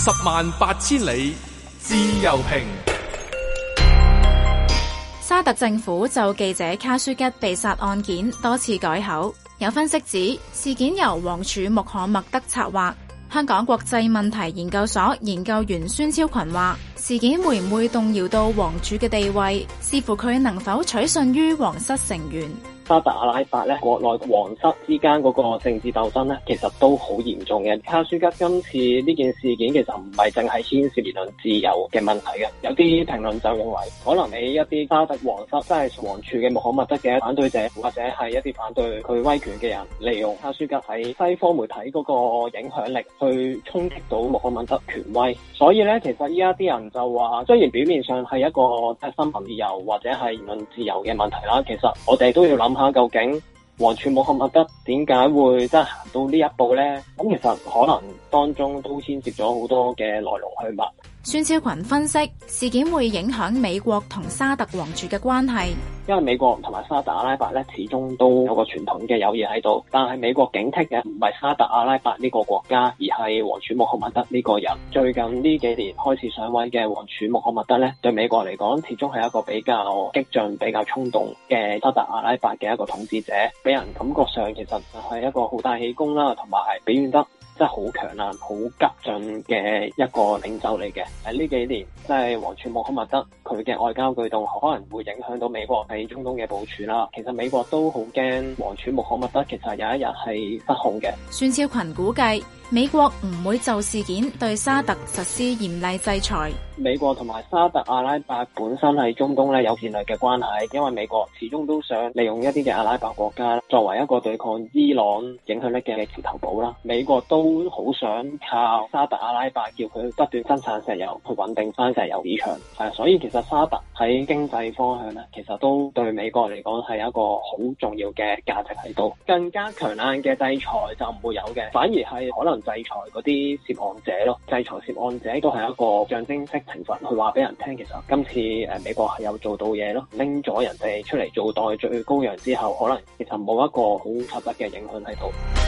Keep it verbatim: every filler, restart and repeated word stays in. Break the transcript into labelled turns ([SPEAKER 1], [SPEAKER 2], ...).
[SPEAKER 1] 十萬八千里自由評。
[SPEAKER 2] 沙特政府就記者卡舒吉被殺案件多次改口，有分析指事件由王儲穆罕默德策劃。香港國際問題研究所研究員孫超群話，事件會唔會動搖到王儲嘅地位，視乎佢能否取信於皇室成員。
[SPEAKER 3] 沙特阿拉伯咧，國內皇室之間嗰個政治鬥爭咧，其實都好嚴重嘅。卡舒吉今次呢件事件其實唔係淨係牽涉言論自由嘅問題嘅，有啲評論就認為，可能你一啲沙特皇室即係王儲嘅穆罕默德嘅反對者，或者係一啲反對佢威權嘅人，利用卡舒吉喺西方媒體嗰個影響力去衝擊到穆罕默德權威。所以咧，其實依家啲人就話，雖然表面上係一個即係新聞自由或者係言論自由嘅問題啦，其實我哋都要諗下究竟王儲穆罕默德點解會真係行到呢一步呢？咁其實可能當中都牽涉咗好多嘅來龍去脈。
[SPEAKER 2] 孫超群分析，事件會影響美國同沙特王儲嘅關係，
[SPEAKER 3] 因為美國同埋沙特阿拉伯咧始終都有個傳統嘅友誼喺度，但係美國警惕嘅唔係沙特阿拉伯呢個國家，而係王儲穆罕默德呢個人。最近呢幾年開始上位嘅王儲穆罕默德咧，對美國嚟講始終係一個比較激進、比較衝動嘅沙特阿拉伯嘅一個統治者，俾人感覺上其實就係一個好大氣功啦，同埋係表現得真係好強硬、好急進嘅一個領袖嚟嘅。喺呢幾年，即係王儲穆罕默德佢嘅外交舉動可能會影響到美國喺中東嘅部署啦。其實美國都好驚王儲穆罕默德其實有一日係失控嘅。
[SPEAKER 2] 孫超群估計，美國唔會就事件對沙特實施嚴厲制裁。
[SPEAKER 3] 美國同埋沙特阿拉伯本身喺中東咧有戰略嘅關係，因為美國始終都想利用一啲嘅阿拉伯國家作為一個對抗伊朗影響力嘅橋頭堡啦。美國都好想靠沙特阿拉伯叫佢不斷生產石油去穩定翻石油市場，係所以其實沙特喺經濟方向咧，其實都對美國嚟講係一個好重要嘅價值喺度。更加強硬嘅制裁就唔會有嘅，反而係可能制裁嗰啲涉案者咯。制裁涉案者都係一個象徵式懲罰，去話俾人聽，其實今次誒美國係有做到嘢咯，拎咗人哋出嚟做代罪羔羊之後，可能其實冇一個好實質嘅影響喺度。